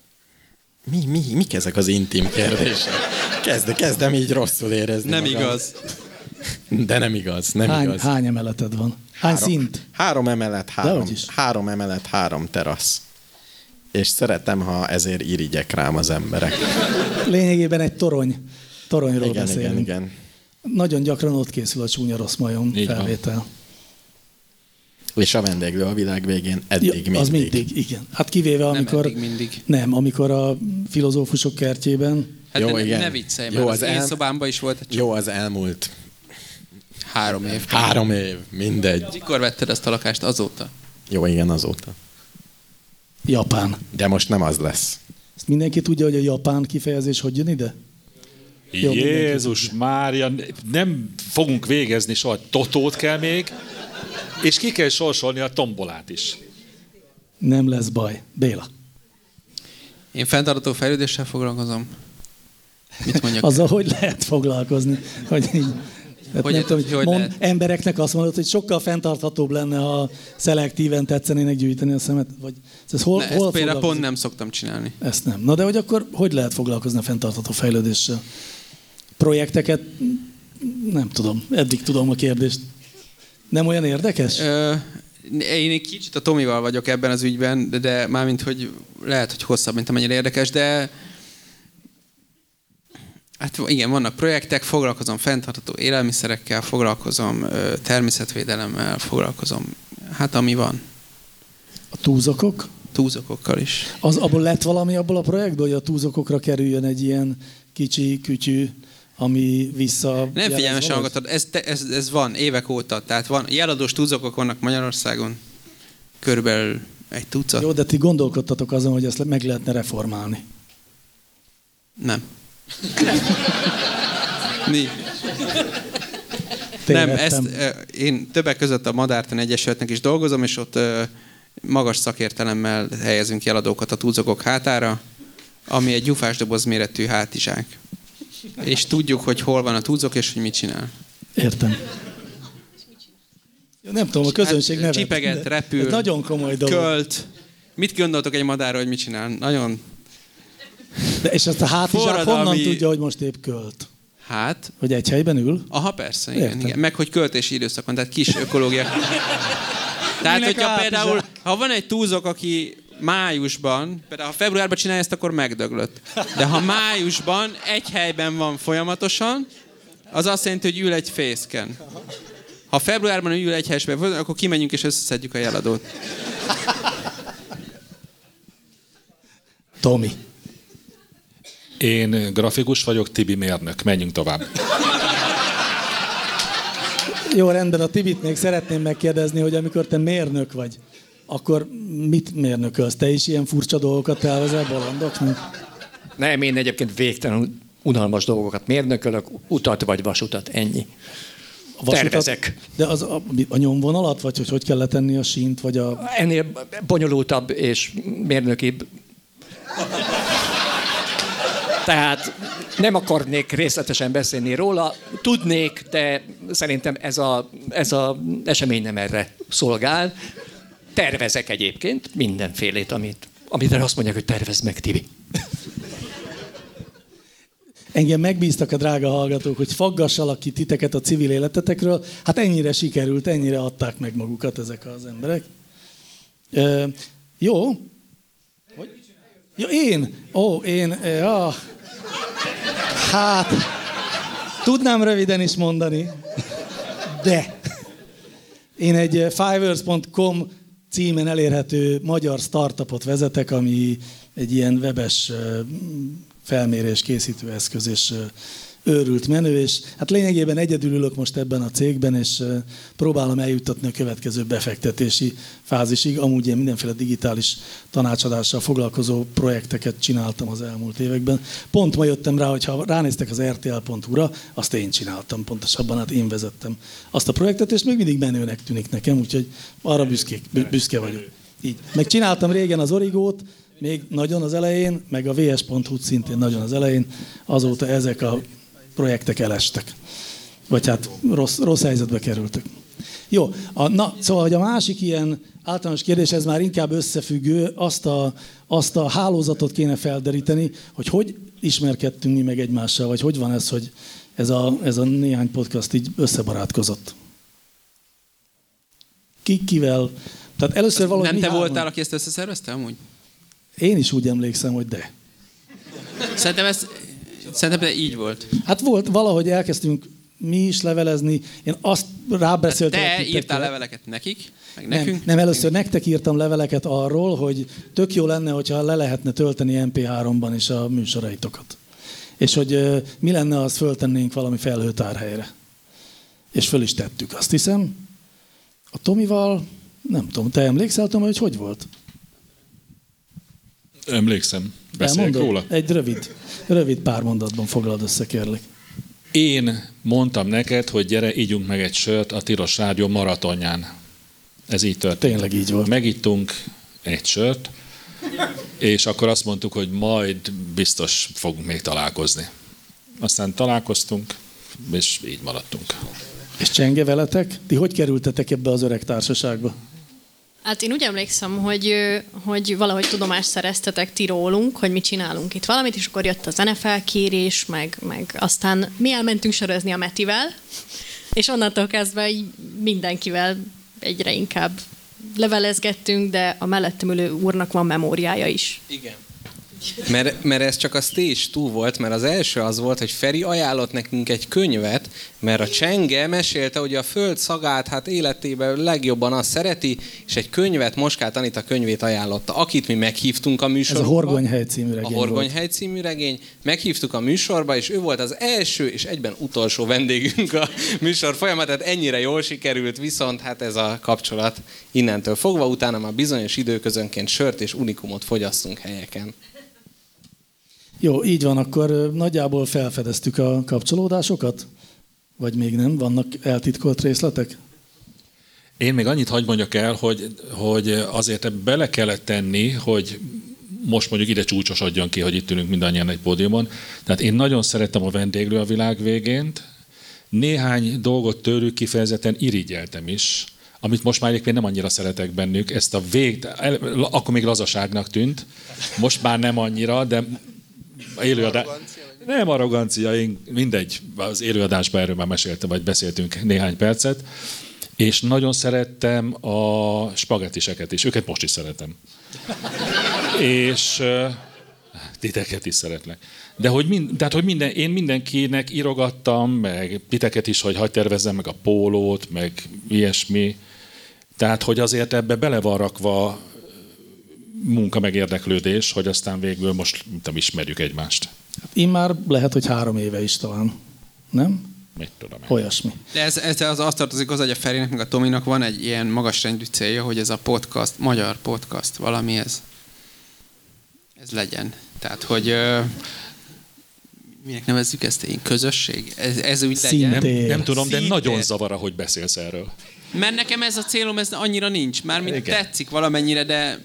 Mik ezek az intim kérdések? Kezdem így rosszul érezni Nem magam. igaz. De nem igaz, igaz. Hány emeleted van? Hány szint? 3 emelet, 3 emelet, 3 terasz. És szeretem, ha ezért irigyek rám az emberek. Lényegében egy toronyról beszélünk. Igen. Nagyon gyakran ott készül a Csúnya Rossz Majom felvétel. És a vendéglő a világ végén mindig. Az mindig, igen. Hát kivéve, amikor... Nem, amikor a filozófusok kertjében... Hát jó, igen. Ne viccelj, mert az én szobámban is volt egy Jó, az elmúlt 3 év. 3 év, mindegy. Mikor vetted ezt a lakást? Azóta? Jó, igen, azóta. Japán. De most nem az lesz. Ezt mindenki tudja, hogy a japán kifejezés hogy jön ide? Jó, Jézus Mária, nem fogunk végezni soha. Totót kell még, és ki kell sorsolni a tombolát is. Nem lesz baj. Béla. Én fenntartható fejlődéssel foglalkozom. Mit mondjak? Azzal hogy lehet foglalkozni? Hogy így, Hogy embereknek azt mondod, hogy sokkal fenntarthatóbb lenne, ha szelektíven tetszenének gyűjteni a szemet? Vagy ez hol például pont nem szoktam csinálni. Ezt nem. Na de hogy akkor hogy lehet foglalkozni a fenntartható fejlődéssel? Projekteket? Nem tudom. Eddig tudom a kérdést. Nem olyan érdekes? Én egy kicsit a Tomival vagyok ebben az ügyben, de mármint, hogy lehet, hogy hosszabb, mint amennyire érdekes, de hát igen, vannak projektek, foglalkozom fenntartható élelmiszerekkel, foglalkozom természetvédelemmel, foglalkozom, hát ami van. A túzokok? Túzokokkal is. Abból lett valami abból a projektből, hogy a túzokokra kerüljön egy ilyen kicsi kütyű, ami vissza... Nem figyelmesen hallgatod, ez van évek óta, tehát van, jeladós túzokok vannak Magyarországon, körülbelül egy tucat. Jó, de ti gondolkodtatok azon, hogy ezt meg lehetne reformálni. Nem. Mi? Nem, ezt én többek között a Madártan Egyesületnek is dolgozom, és ott magas szakértelemmel helyezünk jeladókat a túzokok hátára, ami egy gyufásdoboz méretű hátizsák. És tudjuk, hogy hol van a túzok, és hogy mit csinál. Értem. Nem tudom, a közönség nevet. Csipeget, repül, ez nagyon komoly dolog. Költ. Mit gondoltok egy madárról, hogy mit csinál? Nagyon... De és ezt a hátizsák honnan tudja, hogy most épp költ? Hát? Hogy egy helyben ül? Aha, persze, igen. Meg hogy költési időszakon, tehát kis ökológia. Tehát, hogyha például, ha van egy túzok, aki májusban, például ha februárban csinálja ezt, akkor megdöglött. De ha májusban egy helyben van folyamatosan, az azt jelenti, hogy ül egy fészken. Ha februárban ül egy helyben, akkor kimegyünk és összeszedjük a jeladót. Tomi. Én grafikus vagyok, Tibi mérnök. Menjünk tovább. Jó, rendben, a Tibit még szeretném megkérdezni, hogy amikor te mérnök vagy, akkor mit mérnökölsz? Te is ilyen furcsa dolgokat elvezel bolondoknak? Nem, én egyébként végtelen unalmas dolgokat mérnökölök, utat vagy vasutat, ennyi. Tervezek. De az a nyomvonalat, vagy hogy kell letenni a sínt, vagy a... Ennél bonyolultabb és mérnökibb. Tehát nem akarnék részletesen beszélni róla, tudnék, de szerintem ez a esemény nem erre szolgál. Tervezek egyébként mindenfélét, amit azt mondják, hogy tervezd meg, Tibi. Engem megbíztak a drága hallgatók, hogy faggassalak ki titeket a civil életetekről. Hát ennyire sikerült, ennyire adták meg magukat ezek az emberek. Jó. Hogy? Ja, én. Ja. Hát, tudnám röviden is mondani, de én egy Fiverr.com címen elérhető magyar startupot vezetek, ami egy ilyen webes felmérés készítő eszköz, és őrült menő, és hát lényegében egyedül ülök most ebben a cégben, és próbálom eljuttatni a következő befektetési fázisig. Amúgy én mindenféle digitális tanácsadással foglalkozó projekteket csináltam az elmúlt években. Pont ma jöttem rá, hogy ha ránéztek az rtl.hu-ra, azt én csináltam, pontosabban, hát én vezettem azt a projektet, és még mindig menőnek tűnik nekem, úgyhogy arra büszke vagyok. Így. Meg csináltam régen az Origót, még nagyon az elején, meg a vs.hu-t szintén nagyon az elején, azóta ezek a projektek elestek. Vagy hát rossz helyzetbe kerültek. Jó, szóval, hogy a másik ilyen általános kérdés, ez már inkább összefüggő, azt a hálózatot kéne felderíteni, hogy ismerkedtünk mi meg egymással, vagy hogy van ez, hogy ez a néhány podcast így összebarátkozott. Kivel? Tehát először valahogy nem te voltál, aki ezt összeszervezte amúgy? Én is úgy emlékszem, hogy de. Szerintem így volt. Hát volt, valahogy elkezdtünk mi is levelezni. Én azt rábeszéltem. Te írtál leveleket nekik, meg nekünk? Nem, először nektek írtam leveleket arról, hogy tök jó lenne, hogyha le lehetne tölteni MP3-ban is a műsoraitokat. És hogy mi lenne, ha azt föltennénk valami felhőtárhelyre. És föl is tettük, azt hiszem. A Tomival, nem tudom, te emlékszel, Tomi, hogy volt? Emlékszem. Beszéljek róla? Egy rövid pár mondatban foglald össze, kérlek. Én mondtam neked, hogy gyere, ígyunk meg egy sört a Tilos Rádió maratonján. Ez így történt. Tényleg így volt. Megittunk egy sört, és akkor azt mondtuk, hogy majd biztos fogunk még találkozni. Aztán találkoztunk, és így maradtunk. És csenge veletek? Ti hogy kerültetek ebbe az öreg társaságba? Hát én úgy emlékszem, hogy valahogy tudomást szereztetek ti rólunk, hogy mi csinálunk itt valamit, és akkor jött a zenefelkérés, meg aztán mi elmentünk sörözni a Metivel, és onnantól kezdve így mindenkivel egyre inkább levelezgettünk, de a mellettem ülő úrnak van memóriája is. Igen. Mert ez csak a stage 2 volt, mert az első az volt, hogy Feri ajánlott nekünk egy könyvet, mert a Csenge mesélte, hogy a föld szagát hát életében legjobban azt szereti, és egy könyvet, Moskát Anita könyvét ajánlotta, akit mi meghívtunk a műsorba. Ez a Horgonyhely című regény. A Horgonyhely című regény. Meghívtuk a műsorba, és ő volt az első és egyben utolsó vendégünk a műsor folyamán, tehát ennyire jól sikerült, viszont hát ez a kapcsolat innentől fogva, utána már bizonyos időközönként sört és unikumot fogyasztunk helyeken. Jó, így van, akkor nagyjából felfedeztük a kapcsolódásokat? Vagy még nem? Vannak eltitkolt részletek? Én még annyit hagy mondjak el, hogy azért bele kellett tenni, hogy most mondjuk ide csúcsosodjon ki, hogy itt ülünk mindannyian egy pódiumon. Tehát én nagyon szerettem a Vendéglő a világ végént. Néhány dolgot tőlük kifejezetten irigyeltem is, amit most már egyébként nem annyira szeretek bennük. Ezt a akkor még lazaságnak tűnt, most már nem annyira, de nem arrogancia, én mindegy, az élőadásban erről már meséltem, vagy beszéltünk néhány percet, és nagyon szerettem a spagettiseket is, őket most is szeretem. És titeket is szeretlek. De én mindenkinek írogattam, meg titeket is, hogy hadd tervezzem meg a pólót, meg ilyesmi. Tehát, hogy azért ebbe bele van rakva munka meg érdeklődés, hogy aztán végül most ismerjük egymást. Én már lehet, hogy 3 éve is talán. Nem? Mit tudom én. Olyasmi. De ez az tartozik hozzá, hogy a Ferinek meg a Tominak van egy ilyen magasrendű célja, hogy ez a podcast, magyar podcast, valami ez legyen. Tehát, hogy minek nevezzük ezt, én közösség? Ez úgy legyen. Nem tudom, de nagyon zavar, hogy beszélsz erről. Mert nekem ez a célom, ez annyira nincs. Mármint tetszik valamennyire, de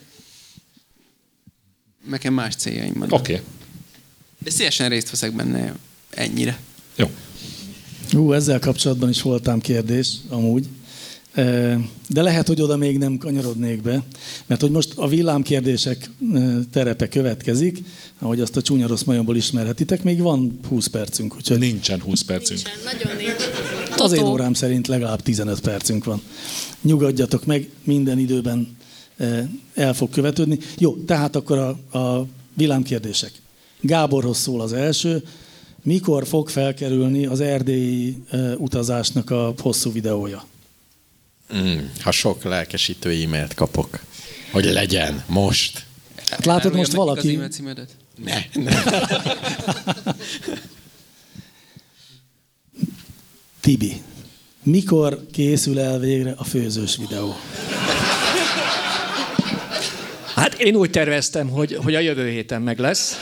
nekem más céljaim vannak. Oké. De szívesen részt veszek benne ennyire. Jó. Ezzel kapcsolatban is voltam kérdés, amúgy. De lehet, hogy oda még nem kanyarodnék be, mert hogy most a villámkérdések terepe következik, ahogy azt a csúnya rossz majomból ismerhetitek, még van 20 percünk. Úgyhogy nincsen 20 percünk. Nincsen, nagyon nincs. Az én órám szerint legalább 15 percünk van. Nyugodjatok meg, minden időben el fog követődni. Jó, tehát akkor a villámkérdések. Gáborhoz szól az első. Mikor fog felkerülni az erdélyi utazásnak a hosszú videója? Ha sok lelkesítő e-mailt kapok, hogy legyen most. Hát látod, most valaki... Az e-mail címedet? Ne. Tibi, mikor készül el végre a főzős videó? Hát én úgy terveztem, hogy a jövő héten meg lesz.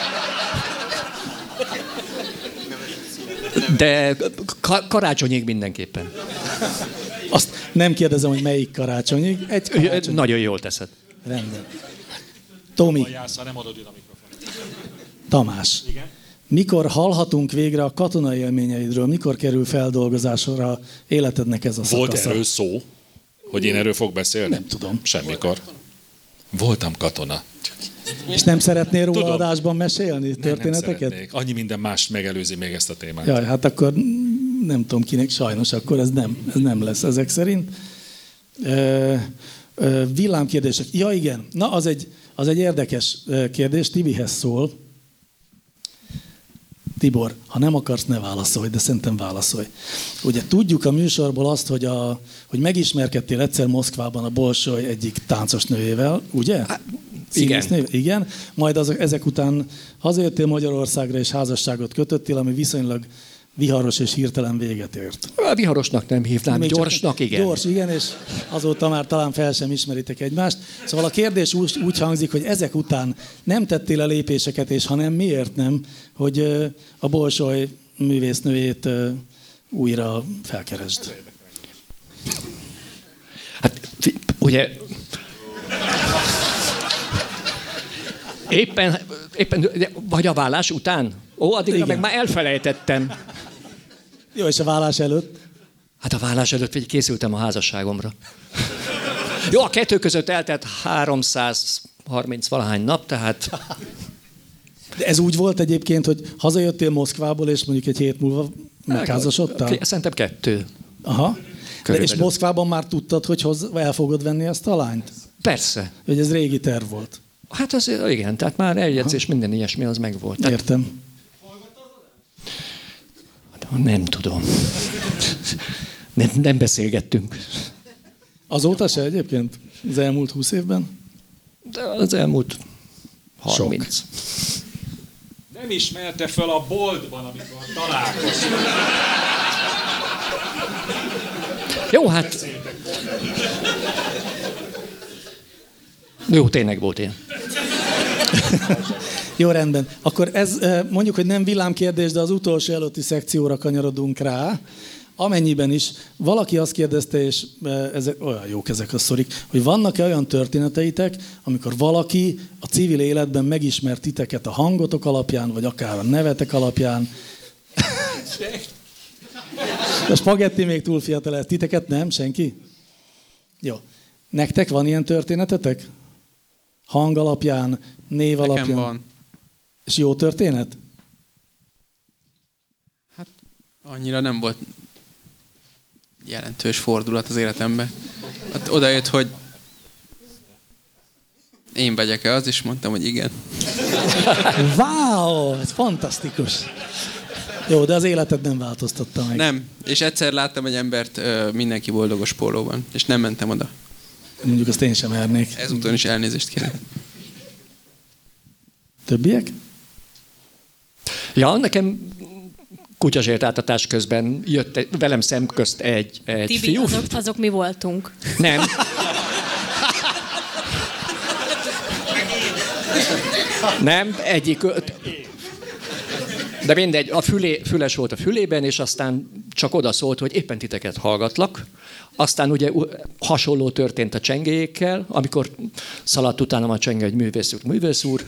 De karácsonyig mindenképpen. Azt nem kérdezem, hogy melyik karácsonyig. Egy karácsony. Nagyon jól teszed. Rendben. Tomi. Tamás. Igen? Mikor hallhatunk végre a katonai élményeidről? Mikor kerül feldolgozásra életednek ez a szakasza? Volt erről szó, hogy én erről fog beszélni? Nem tudom. Semmikor. Voltam katona. És nem szeretnél róla adásban mesélni történeteket? Nem annyi minden más megelőzi még ezt a témát. Jaj, hát akkor nem tudom kinek, sajnos akkor ez nem lesz ezek szerint. Villámkérdések. Ja igen, na az egy érdekes kérdés, Tibihez szól. Tibor, ha nem akarsz, ne válaszolj, de szerintem válaszolj. Ugye tudjuk a műsorból azt, hogy megismerkedtél egyszer Moszkvában a Bolsoj egyik táncos nőjével, ugye? Igen. Igen. Majd ezek után hazajöttél Magyarországra és házasságot kötöttél, ami viszonylag viharos és hirtelen véget ért. Viharosnak nem hívnám, gyorsnak igen. Gyors, igen, és azóta már talán fel sem ismeritek egymást. Szóval a kérdés úgy hangzik, hogy ezek után nem tettél a lépéseket, és ha nem, miért nem, hogy a Bolsoj művésznőjét újra felkeresd. Hát ugye... Éppen, vagy a vállás után? Ó, addigra meg már elfelejtettem. Jó, és a vállás előtt? Hát a vállás előtt készültem a házasságomra. Jó, a kettő között eltelt 330 valahány nap, tehát... De ez úgy volt egyébként, hogy hazajöttél Moszkvából, és mondjuk egy hét múlva megházasodtál? Szerintem 2. Aha. De és Moszkvában már tudtad, hogy el fogod venni ezt a lányt? Persze. Hogy ez régi terv volt? Hát az igen, tehát már eljegyzés, minden ilyesmi az megvolt. Tehát... Értem. Nem tudom. Nem beszélgettünk. Azóta se egyébként? Az elmúlt 20 évben? De az elmúlt 30. Sok. Nem ismerte fel a boltban, amikor találkoztunk. Jó, hát... Jó, tényleg volt ilyen. Jó, rendben. Akkor ez mondjuk, hogy nem villámkérdés, de az utolsó előtti szekcióra kanyarodunk rá. Amennyiben is valaki azt kérdezte, és ezek olyan jók ezek a sztorik, hogy vannak-e olyan történeteitek, amikor valaki a civil életben megismert titeket a hangotok alapján, vagy akár a nevetek alapján. A Spagetti még túl fiatal ez. Titeket nem? Senki? Jó. Nektek van ilyen történetetek? Hang alapján, név alapján? Nekem van. És jó történet? Hát annyira nem volt jelentős fordulat az életemben. Hát odajött, hogy én vagyok-e az, és mondtam, hogy igen. Wow, ez fantasztikus. Jó, de az életed nem változtatta meg. Nem, és egyszer láttam egy embert mindenki boldogos pólóban, és nem mentem oda. Mondjuk azt én sem mernék. Ezúton is elnézést kérek. Többiek? Ja, nekem kutyasértáltatás közben jött velem szemközt egy Tibi, fiú. azok mi voltunk. Nem. Nem, egyik... De mindegy, füles volt a fülében, és aztán csak odaszólt, hogy éppen titeket hallgatlak. Aztán ugye hasonló történt a csengéjékkel, amikor szaladt utánam a csenge, hogy művész úr.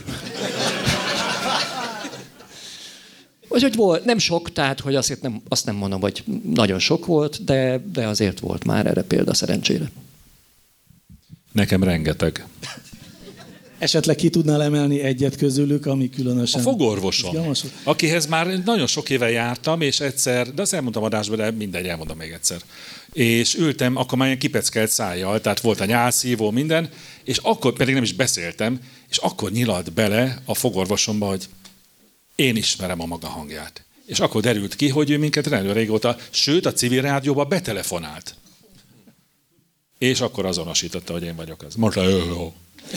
Úgyhogy volt, nem sok, tehát hogy azt nem mondom, hogy nagyon sok volt, de azért volt már erre példa szerencsére. Nekem rengeteg. Esetleg ki tudnál emelni egyet közülük, ami különösen... A fogorvosom, akihez már nagyon sok éve jártam, és egyszer, de azt elmondtam adásban, de mindegy, elmondom még egyszer. És ültem, akkor már ilyen kipeckelt szájjal, tehát volt a nyálszívó, minden, és akkor pedig nem is beszéltem, és akkor nyilalt bele a fogorvosomba, hogy én ismerem a maga hangját. És akkor derült ki, hogy ő minket nagyon régóta, sőt a civil rádióba betelefonált. És akkor azonosította, hogy én vagyok az. Mondta, jó.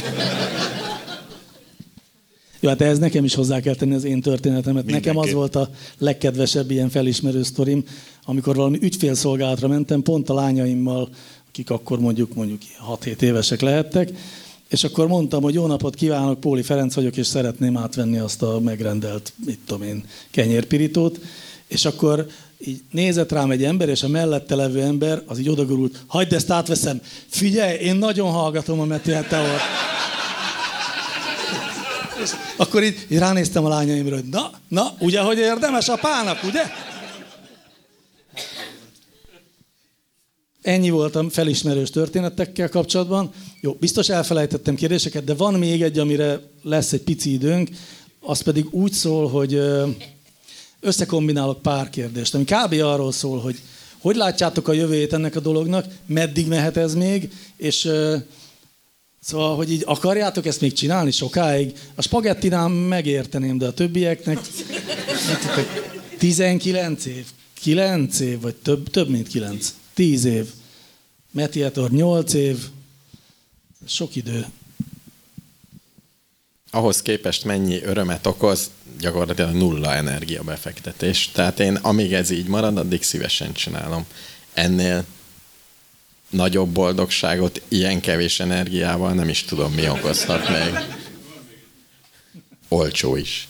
Jó, hát ehhez nekem is hozzá kell tenni az én történetemet. Mindenki. Nekem az volt a legkedvesebb ilyen felismerő sztorim, amikor valami ügyfélszolgálatra mentem, pont a lányaimmal, akik akkor mondjuk 6-7 évesek lehettek, és akkor mondtam, hogy jó napot kívánok, Póli Ferenc vagyok, és szeretném átvenni azt a megrendelt, kenyérpirítót, és akkor így nézett rám egy ember, és a mellette levő ember az így odagurult, hagyd ezt átveszem, figyelj, én nagyon hallgatom a Matthew Heteort. Akkor így ránéztem a lányaimra, hogy na, ugye, hogy érdemes apának, ugye? Ennyi volt a felismerős történetekkel kapcsolatban. Jó, biztos elfelejtettem kérdéseket, de van még egy, amire lesz egy pici időnk, az pedig úgy szól, hogy összekombinálok pár kérdést, ami kb. Arról szól, hogy látjátok a jövőjét ennek a dolognak, meddig mehet ez még, és szóval, hogy így akarjátok ezt még csinálni sokáig? A spagettinál megérteném, de a többieknek 19 év, 9 év, vagy több mint 9, 10 év. Matthew 8 év, sok idő. Ahhoz képest mennyi örömet okoz, gyakorlatilag 0 energiabefektetés. Tehát én, amíg ez így marad, addig szívesen csinálom. Ennél nagyobb boldogságot ilyen kevés energiával nem is tudom, mi okozhat még. Olcsó is.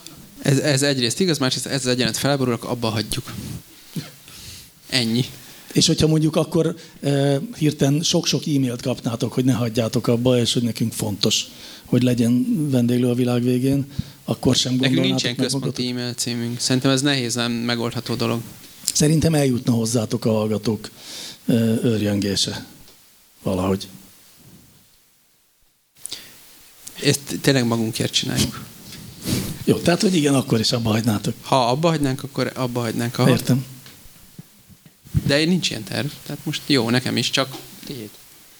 Ez egyrészt igaz, másrészt ez az egyenet felborul, akkor abba hagyjuk. Ennyi. És hogyha mondjuk akkor hirtelen sok-sok e-mailt kapnátok, hogy ne hagyjátok abba, és hogy nekünk fontos, hogy legyen vendéglő a világ végén, akkor sem gondolnátok Nekünk nincsen központi e-mail címünk. Szerintem ez nehéz, nem megoldható dolog. Szerintem eljutna hozzátok a hallgatók őrjöngése valahogy. Ezt tényleg magunkért csináljuk. Jó, tehát, hogy igen, akkor is abba hagynátok. Ha abba hagynánk, akkor abba hagynánk. Aha. Értem. De nincs ilyen terv. Tehát most jó, nekem is, csak tiéd.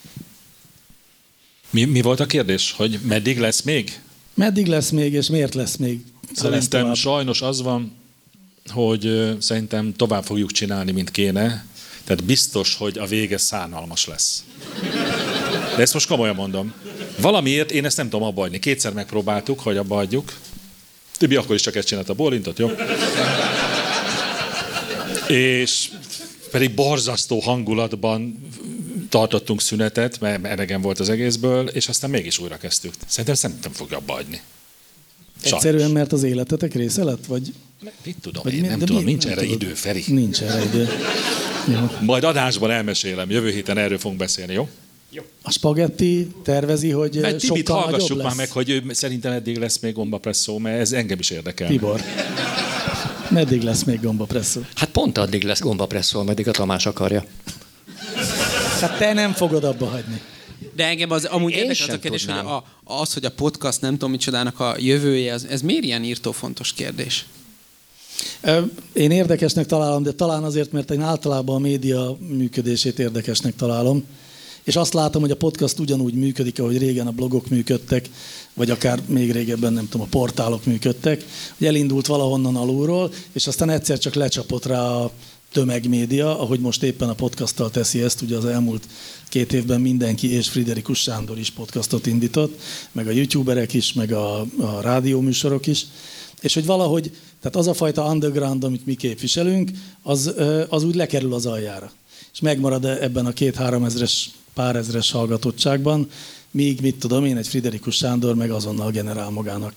Mi volt a kérdés? Hogy meddig lesz még? Meddig lesz még, és miért lesz még? Szerintem sajnos az van, hogy szerintem tovább fogjuk csinálni, mint kéne. Tehát biztos, hogy a vége szánalmas lesz. De ezt most komolyan mondom. Valamiért én ezt nem tudom abba hagyni. 2-szer megpróbáltuk, hogy abba hagyjuk. Tibi akkor is csak ezt csinálta, bólintott, jó? És pedig borzasztó hangulatban tartottunk szünetet, mert elegem volt az egészből, és aztán mégis újra kezdtük. Szerintem nem fogja abba hagyni. Egyszerűen, mert az életetek része lett? Vagy mit tudom vagy én, nem tudom, nincs erre idő, Feri. Nincs erre idő. Jó. Majd adásban elmesélem, jövő héten erről fogunk beszélni, jó? A spagetti tervezi, hogy mert sokkal Tibit nagyobb hallgassuk lesz? már meg, hogy ő szerintem eddig lesz még gombapresszó, mert ez engem is érdekel. Tibor, meddig lesz még gombapresszó? Hát pont addig lesz gombapresszó, ameddig a Tamás akarja. Hát te nem fogod abba hagyni. De engem az amúgy Én érdekel az sem a kérdés, tudnám. hogy hogy a podcast nem tudom micsodának a jövője, ez miért ilyen írtó fontos kérdés? Én érdekesnek találom, de talán azért, mert én általában a média működését érdekesnek találom. És azt látom, hogy a podcast ugyanúgy működik, ahogy régen a blogok működtek, vagy akár még régebben, nem tudom, a portálok működtek, hogy elindult valahonnan alulról, és aztán egyszer csak lecsapott rá a tömegmédia, ahogy most éppen a podcasttal teszi ezt, ugye az elmúlt 2 évben mindenki, és Friderikus Sándor is podcastot indított, meg a youtuberek is, meg a rádióműsorok is, és hogy valahogy, tehát az a fajta underground, amit mi képviselünk, az úgy lekerül az aljára. És megmarad ebben a 2-3 ezres, pár ezres hallgatottságban, míg, mit tudom én, egy Friderikus Sándor meg azonnal generál magának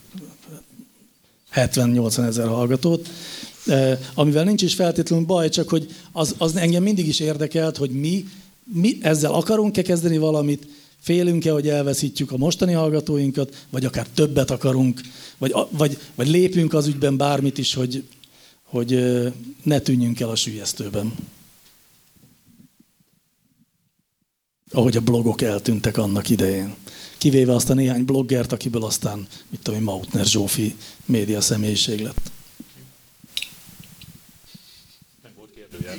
70-80 ezer hallgatót, amivel nincs is feltétlenül baj, csak hogy az engem mindig is érdekelt, hogy mi ezzel akarunk-e kezdeni valamit, félünk-e, hogy elveszítjük a mostani hallgatóinkat, vagy akár többet akarunk, vagy lépünk az ügyben bármit is, hogy ne tűnjünk el a süllyesztőben. Ahogy a blogok eltűntek annak idején. Kivéve azt a néhány bloggert, akiből aztán, mit tudom én, Mautner Zsófi média személyiség lett. Nem volt kérdőjel.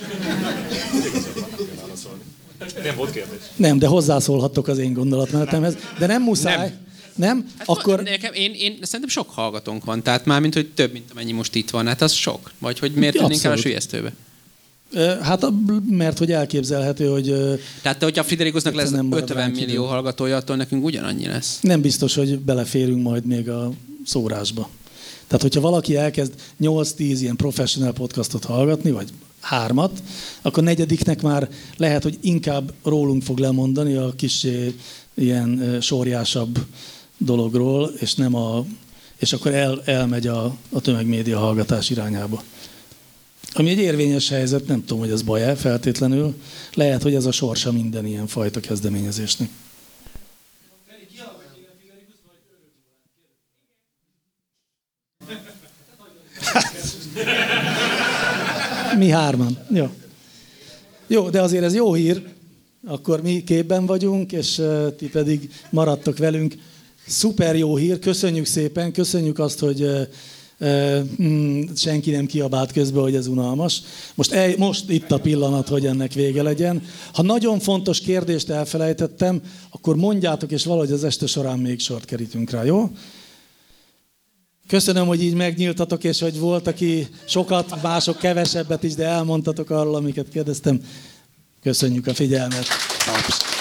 Nem volt kérdés. Nem, de hozzászólhattok az én gondolatmenetemhez. De nem muszáj. Nem? Hát Akkor... Nekem, én szerintem sok hallgatónk van, tehát mármint, hogy több, mint amennyi most itt van. Hát az sok. Vagy hogy miért tűnnénk el a süllyesztőbe? Hát mert hogy elképzelhető, hogy... Tehát hogyha a Friderikusnak lesz nem marad 50 ránk millió idő. hallgatója, attól nekünk ugyanannyi lesz. Nem biztos, hogy beleférünk majd még a szórásba. Tehát, hogyha valaki elkezd 8-10 ilyen professional podcastot hallgatni, vagy 3, akkor 4. már lehet, hogy inkább rólunk fog lemondani a kis ilyen sorjásabb dologról, és nem és akkor elmegy a tömegmédia hallgatás irányába. Ami egy érvényes helyzet, nem tudom, hogy ez baj-e feltétlenül. Lehet, hogy ez a sorsa minden ilyen fajta kezdeményezésnek. Mi 3. Jó. Jó, de azért ez jó hír. Akkor mi képben vagyunk, és ti pedig maradtok velünk. Szuper jó hír, köszönjük szépen, köszönjük azt, hogy senki nem kiabált közben, hogy ez unalmas. Most itt a pillanat, hogy ennek vége legyen. Ha nagyon fontos kérdést elfelejtettem, akkor mondjátok, és valahogy az este során még sort kerítünk rá, jó? Köszönöm, hogy így megnyíltatok, és hogy volt, aki sokat, mások kevesebbet is, de elmondtatok arról, amiket kérdeztem. Köszönjük a figyelmet.